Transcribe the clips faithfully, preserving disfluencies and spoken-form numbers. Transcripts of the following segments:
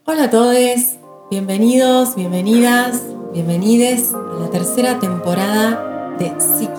Hola a todos, bienvenidos, bienvenidas, bienvenides a la tercera temporada de Psíquica.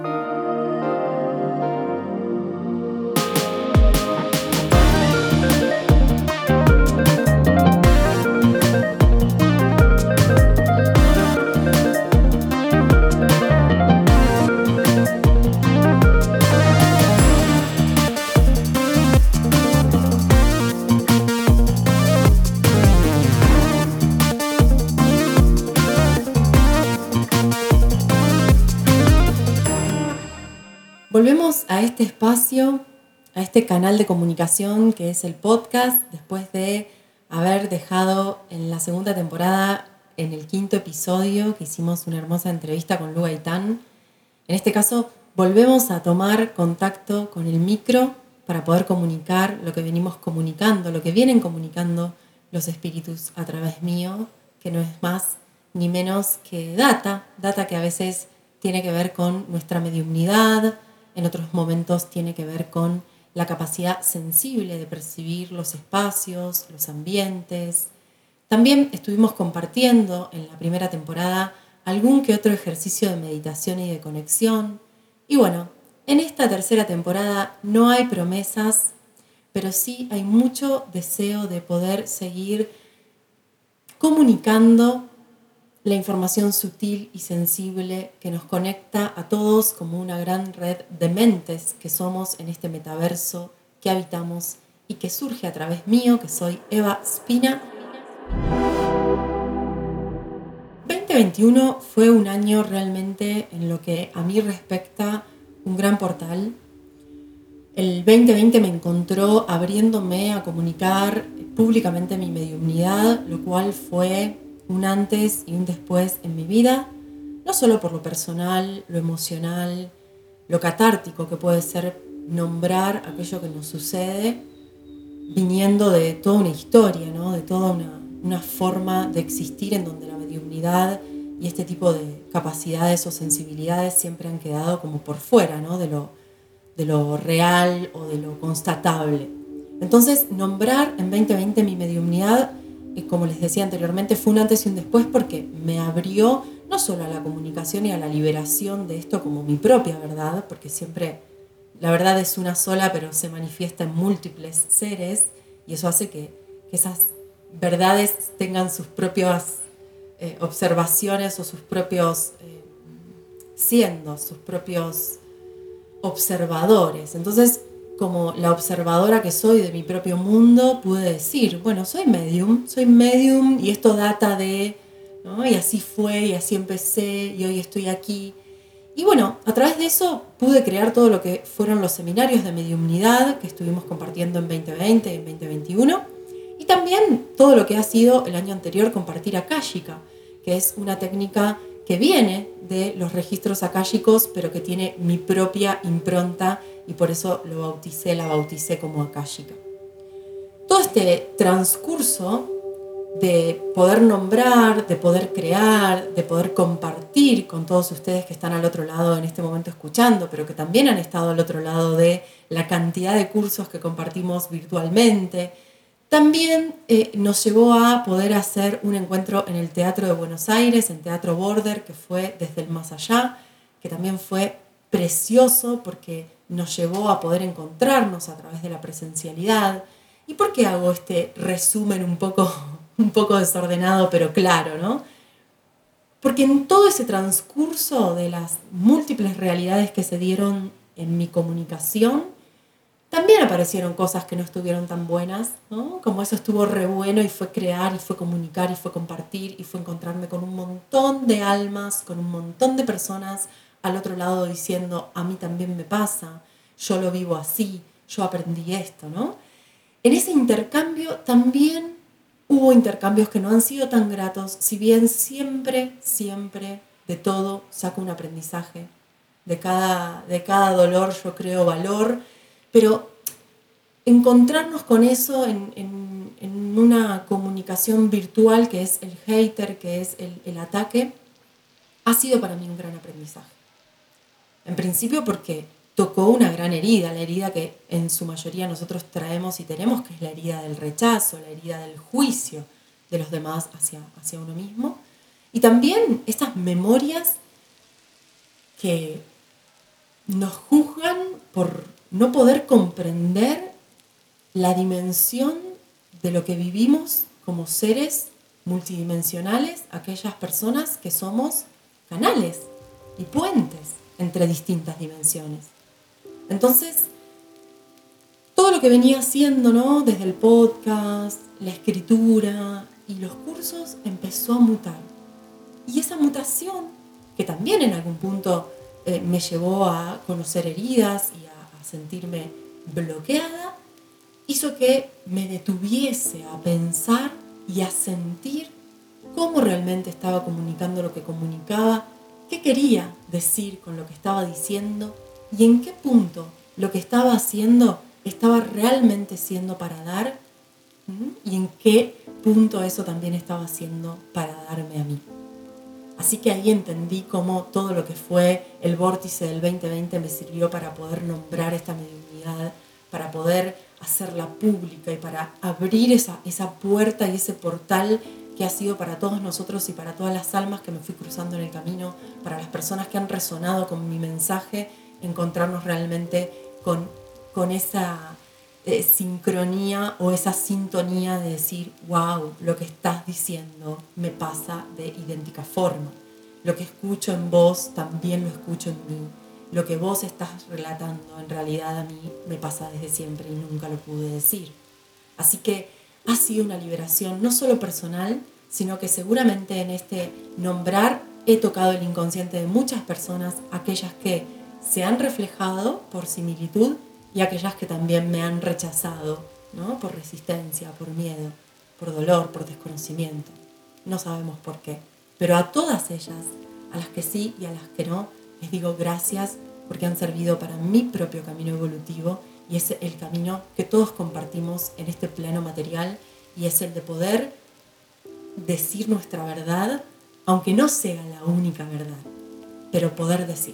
Volvemos a este espacio, a este canal de comunicación que es el podcast, después de haber dejado en la segunda temporada, en el quinto episodio, que hicimos una hermosa entrevista con Lu Gaitán. En este caso, volvemos a tomar contacto con el micro para poder comunicar lo que venimos comunicando, lo que vienen comunicando los espíritus a través mío, que no es más ni menos que data, data que a veces tiene que ver con nuestra mediumnidad, en otros momentos tiene que ver con la capacidad sensible de percibir los espacios, los ambientes. También estuvimos compartiendo en la primera temporada algún que otro ejercicio de meditación y de conexión. Y bueno, en esta tercera temporada no hay promesas, pero sí hay mucho deseo de poder seguir comunicando la información sutil y sensible que nos conecta a todos como una gran red de mentes que somos en este metaverso que habitamos y que surge a través mío, que soy Eva Spina. veinte veintiuno fue un año realmente, en lo que a mí respecta, un gran portal. El veinte veinte me encontró abriéndome a comunicar públicamente mi mediumnidad, lo cual fue un antes y un después en mi vida, no solo por lo personal, lo emocional, lo catártico que puede ser nombrar aquello que nos sucede, viniendo de toda una historia, ¿no? De toda una, una forma de existir en donde la mediumnidad y este tipo de capacidades o sensibilidades siempre han quedado como por fuera, ¿no? de, lo, de lo real o de lo constatable. Entonces, nombrar en veinte veinte mi mediumnidad, como les decía anteriormente, fue un antes y un después porque me abrió no solo a la comunicación y a la liberación de esto como mi propia verdad, porque siempre la verdad es una sola, pero se manifiesta en múltiples seres, y eso hace que, que esas verdades tengan sus propias eh, observaciones o sus propios eh, siendo, sus propios observadores. Entonces, como la observadora que soy de mi propio mundo, pude decir, bueno, soy medium, soy medium y esto data de, ¿no? Y así fue, y así empecé, y hoy estoy aquí. Y bueno, a través de eso pude crear todo lo que fueron los seminarios de mediumnidad que estuvimos compartiendo en veinte veinte y en veinte veintiuno, y también todo lo que ha sido el año anterior compartir Akáshica, que es una técnica que viene de los registros akáshicos, pero que tiene mi propia impronta, y por eso lo bauticé, la bauticé como Akáshica. Todo este transcurso de poder nombrar, de poder crear, de poder compartir con todos ustedes que están al otro lado en este momento escuchando, pero que también han estado al otro lado de la cantidad de cursos que compartimos virtualmente, también eh, nos llevó a poder hacer un encuentro en el Teatro de Buenos Aires, en Teatro Border, que fue desde el más allá, que también fue precioso porque nos llevó a poder encontrarnos a través de la presencialidad. ¿Y por qué hago este resumen un poco, un poco desordenado, pero claro, ¿no? Porque en todo ese transcurso de las múltiples realidades que se dieron en mi comunicación, también aparecieron cosas que no estuvieron tan buenas, ¿no? Como eso estuvo re bueno y fue crear y fue comunicar y fue compartir y fue encontrarme con un montón de almas, con un montón de personas al otro lado diciendo, a mí también me pasa, yo lo vivo así, yo aprendí esto, ¿no? En ese intercambio también hubo intercambios que no han sido tan gratos, si bien siempre, siempre de todo saco un aprendizaje. De cada, de cada dolor yo creo valor, pero encontrarnos con eso en, en, en una comunicación virtual que es el hater, que es el, el ataque, ha sido para mí un gran aprendizaje. En principio porque tocó una gran herida, la herida que en su mayoría nosotros traemos y tenemos, que es la herida del rechazo, la herida del juicio de los demás hacia, hacia uno mismo. Y también estas memorias que nos juzgan por no poder comprender la dimensión de lo que vivimos como seres multidimensionales, aquellas personas que somos canales y puentes entre distintas dimensiones. Entonces, todo lo que venía haciendo, ¿no?, desde el podcast, la escritura y los cursos, empezó a mutar. Y esa mutación, que también en algún punto eh, me llevó a conocer heridas y a, a sentirme bloqueada, hizo que me detuviese a pensar y a sentir cómo realmente estaba comunicando lo que comunicaba, qué quería decir con lo que estaba diciendo y en qué punto lo que estaba haciendo estaba realmente siendo para dar, ¿m? Y en qué punto eso también estaba haciendo para darme a mí. Así que ahí entendí cómo todo lo que fue el vórtice del veinte veinte me sirvió para poder nombrar esta mediunidad, para poder hacerla pública y para abrir esa, esa puerta y ese portal que ha sido para todos nosotros y para todas las almas que me fui cruzando en el camino, para las personas que han resonado con mi mensaje, encontrarnos realmente con, con esa eh, sincronía o esa sintonía de decir, wow, lo que estás diciendo me pasa de idéntica forma. Lo que escucho en vos también lo escucho en mí. Lo que vos estás relatando en realidad a mí me pasa desde siempre y nunca lo pude decir. Así que ha sido una liberación no solo personal, sino que seguramente en este nombrar he tocado el inconsciente de muchas personas, aquellas que se han reflejado por similitud y aquellas que también me han rechazado, ¿no?, por resistencia, por miedo, por dolor, por desconocimiento. No sabemos por qué, pero a todas ellas, a las que sí y a las que no, les digo gracias porque han servido para mi propio camino evolutivo y es el camino que todos compartimos en este plano material y es el de poder decir nuestra verdad, aunque no sea la única verdad, pero poder decir.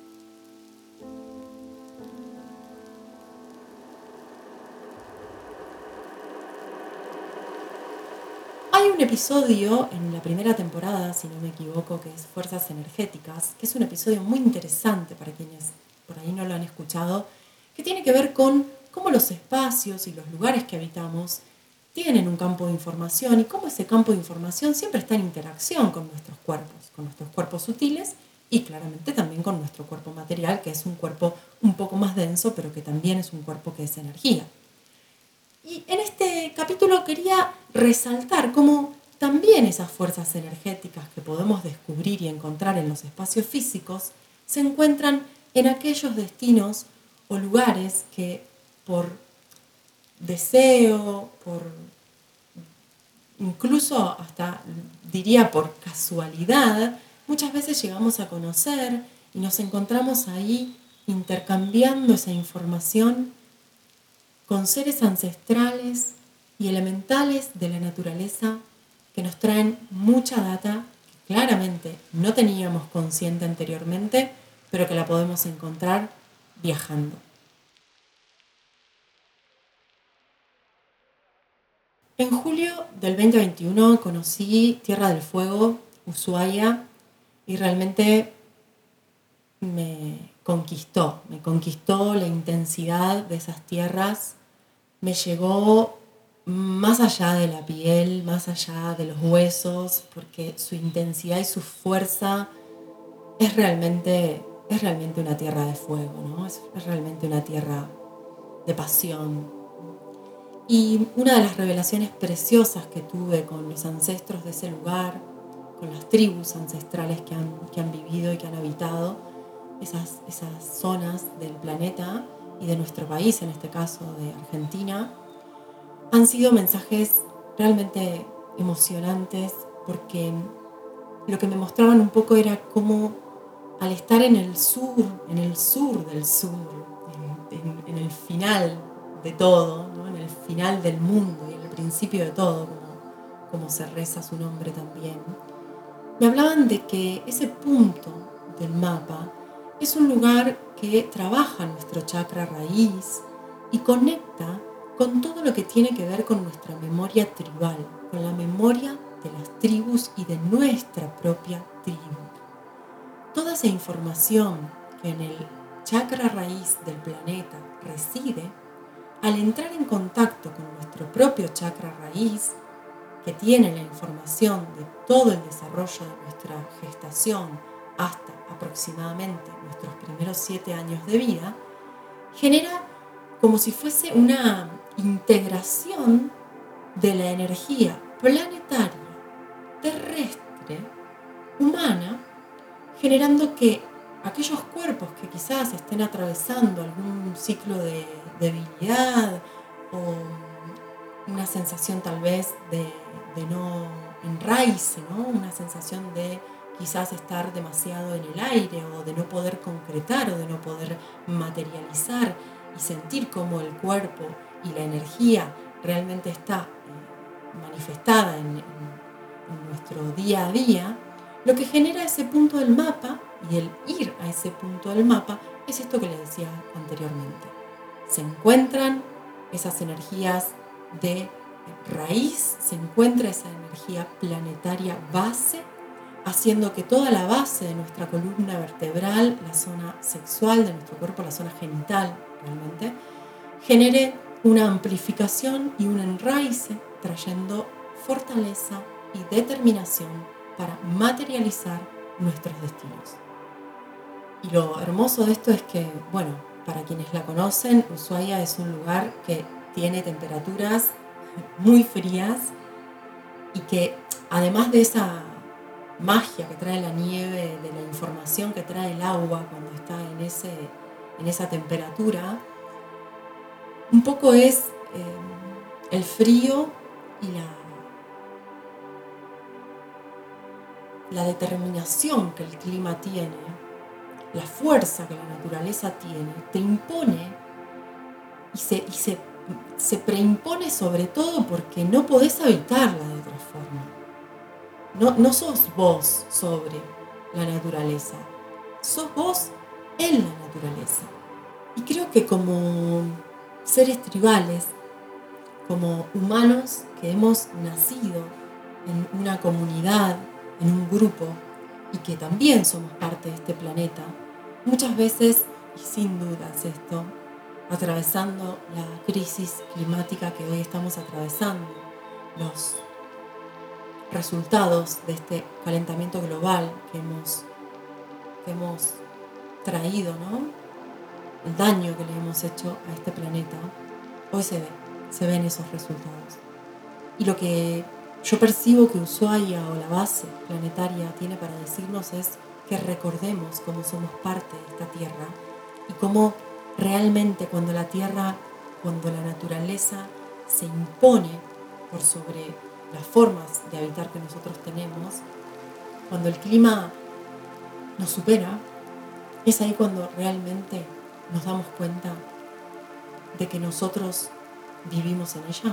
Hay un episodio en la primera temporada, si no me equivoco, que es Fuerzas Energéticas, que es un episodio muy interesante para quienes por ahí no lo han escuchado, que tiene que ver con cómo los espacios y los lugares que habitamos tienen un campo de información y cómo ese campo de información siempre está en interacción con nuestros cuerpos, con nuestros cuerpos sutiles y claramente también con nuestro cuerpo material, que es un cuerpo un poco más denso, pero que también es un cuerpo que es energía. Y en este capítulo quería resaltar cómo también esas fuerzas energéticas que podemos descubrir y encontrar en los espacios físicos se encuentran en aquellos destinos o lugares que por deseo, por incluso hasta diría por casualidad, muchas veces llegamos a conocer y nos encontramos ahí intercambiando esa información con seres ancestrales y elementales de la naturaleza que nos traen mucha data que claramente no teníamos consciente anteriormente, pero que la podemos encontrar viajando. En julio del veinte veintiuno conocí Tierra del Fuego, Ushuaia, y realmente me conquistó, me conquistó la intensidad de esas tierras, me llegó más allá de la piel, más allá de los huesos, porque su intensidad y su fuerza es realmente, es realmente una tierra de fuego, ¿no? Es, es realmente una tierra de pasión. Y una de las revelaciones preciosas que tuve con los ancestros de ese lugar, con las tribus ancestrales que han, que han vivido y que han habitado esas, esas zonas del planeta y de nuestro país, en este caso de Argentina, han sido mensajes realmente emocionantes porque lo que me mostraban un poco era cómo al estar en el sur, en el sur del sur, en, en, en el final de todo, ¿no?, en el final del mundo y en el principio de todo, como, como se reza su nombre también, me hablaban de que ese punto del mapa Es un lugar que trabaja nuestro chakra raíz y conecta con todo lo que tiene que ver con nuestra memoria tribal, con la memoria de las tribus y de nuestra propia tribu. Toda esa información que en el chakra raíz del planeta reside, al entrar en contacto con nuestro propio chakra raíz, que tiene la información de todo el desarrollo de nuestra gestación hasta aproximadamente nuestros primeros siete años de vida, genera como si fuese una integración de la energía planetaria, terrestre, humana, generando que aquellos cuerpos que quizás estén atravesando algún ciclo de debilidad o una sensación tal vez de, de no enraice, ¿no? Una sensación de quizás estar demasiado en el aire o de no poder concretar o de no poder materializar y sentir cómo el cuerpo y la energía realmente está eh, manifestada en, en, en nuestro día a día. Lo que genera ese punto del mapa y el ir a ese punto del mapa es esto que les decía anteriormente. Se encuentran esas energías de raíz, se encuentra esa energía planetaria base, haciendo que toda la base de nuestra columna vertebral, la zona sexual de nuestro cuerpo, la zona genital realmente, genere una amplificación y un enraice, trayendo fortaleza y determinación para materializar nuestros destinos. Y lo hermoso de esto es que, bueno, para quienes la conocen, Ushuaia es un lugar que tiene temperaturas muy frías y que además de esa magia que trae la nieve, de la información que trae el agua cuando está en, ese, en esa temperatura, un poco es eh, el frío y la la determinación que el clima tiene, la fuerza que la naturaleza tiene, te impone y se, y se, se preimpone sobre todo porque no podés habitarla de otra forma. No, no sos vos sobre la naturaleza, sos vos en la naturaleza. Y creo que como seres tribales, como humanos que hemos nacido en una comunidad, en un grupo, y que también somos parte de este planeta, muchas veces, y sin dudas esto, atravesando la crisis climática que hoy estamos atravesando, los resultados de este calentamiento global que hemos, que hemos traído, ¿no? El daño que le hemos hecho a este planeta, hoy se ve, se ven esos resultados. Y lo que yo percibo que Ushuaia o la base planetaria tiene para decirnos es que recordemos cómo somos parte de esta Tierra y cómo realmente cuando la Tierra, cuando la naturaleza se impone por sobre las formas de habitar que nosotros tenemos, cuando el clima nos supera, es ahí cuando realmente nos damos cuenta de que nosotros vivimos en ella.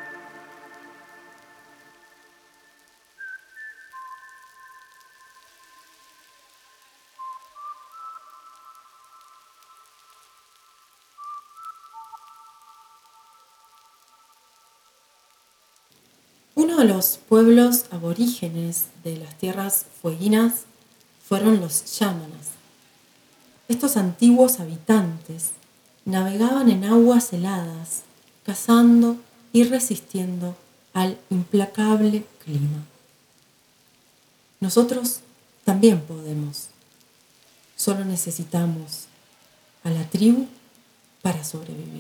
Uno de los pueblos aborígenes de las tierras fueguinas fueron los yámanas. Estos antiguos habitantes navegaban en aguas heladas, cazando y resistiendo al implacable clima. Nosotros también podemos. Solo necesitamos a la tribu para sobrevivir.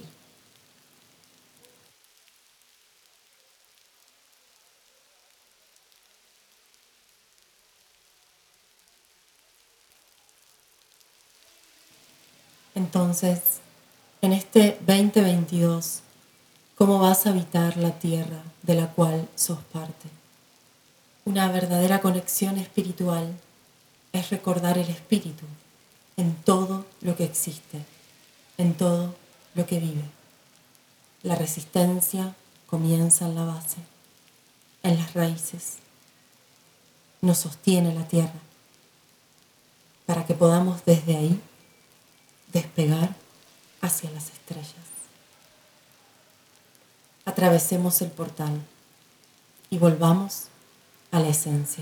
Entonces, en este veinte veintidós, ¿cómo vas a habitar la tierra de la cual sos parte? Una verdadera conexión espiritual es recordar el espíritu en todo lo que existe, en todo lo que vive. La resistencia comienza en la base, en las raíces. Nos sostiene la tierra para que podamos desde ahí despegar hacia las estrellas. Atravesemos el portal y volvamos a la esencia.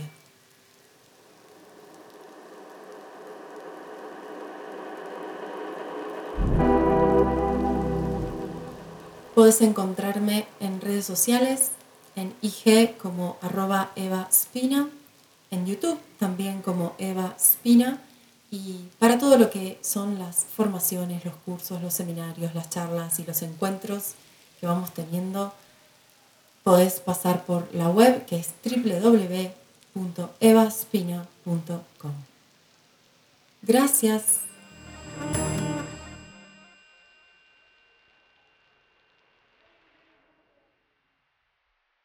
Puedes encontrarme en redes sociales, en I G como arroba Eva Spina, en YouTube también como Eva Spina, y para todo lo que son las formaciones, los cursos, los seminarios, las charlas y los encuentros que vamos teniendo, podés pasar por la web que es doble u doble u doble u punto evaspina punto com. Gracias.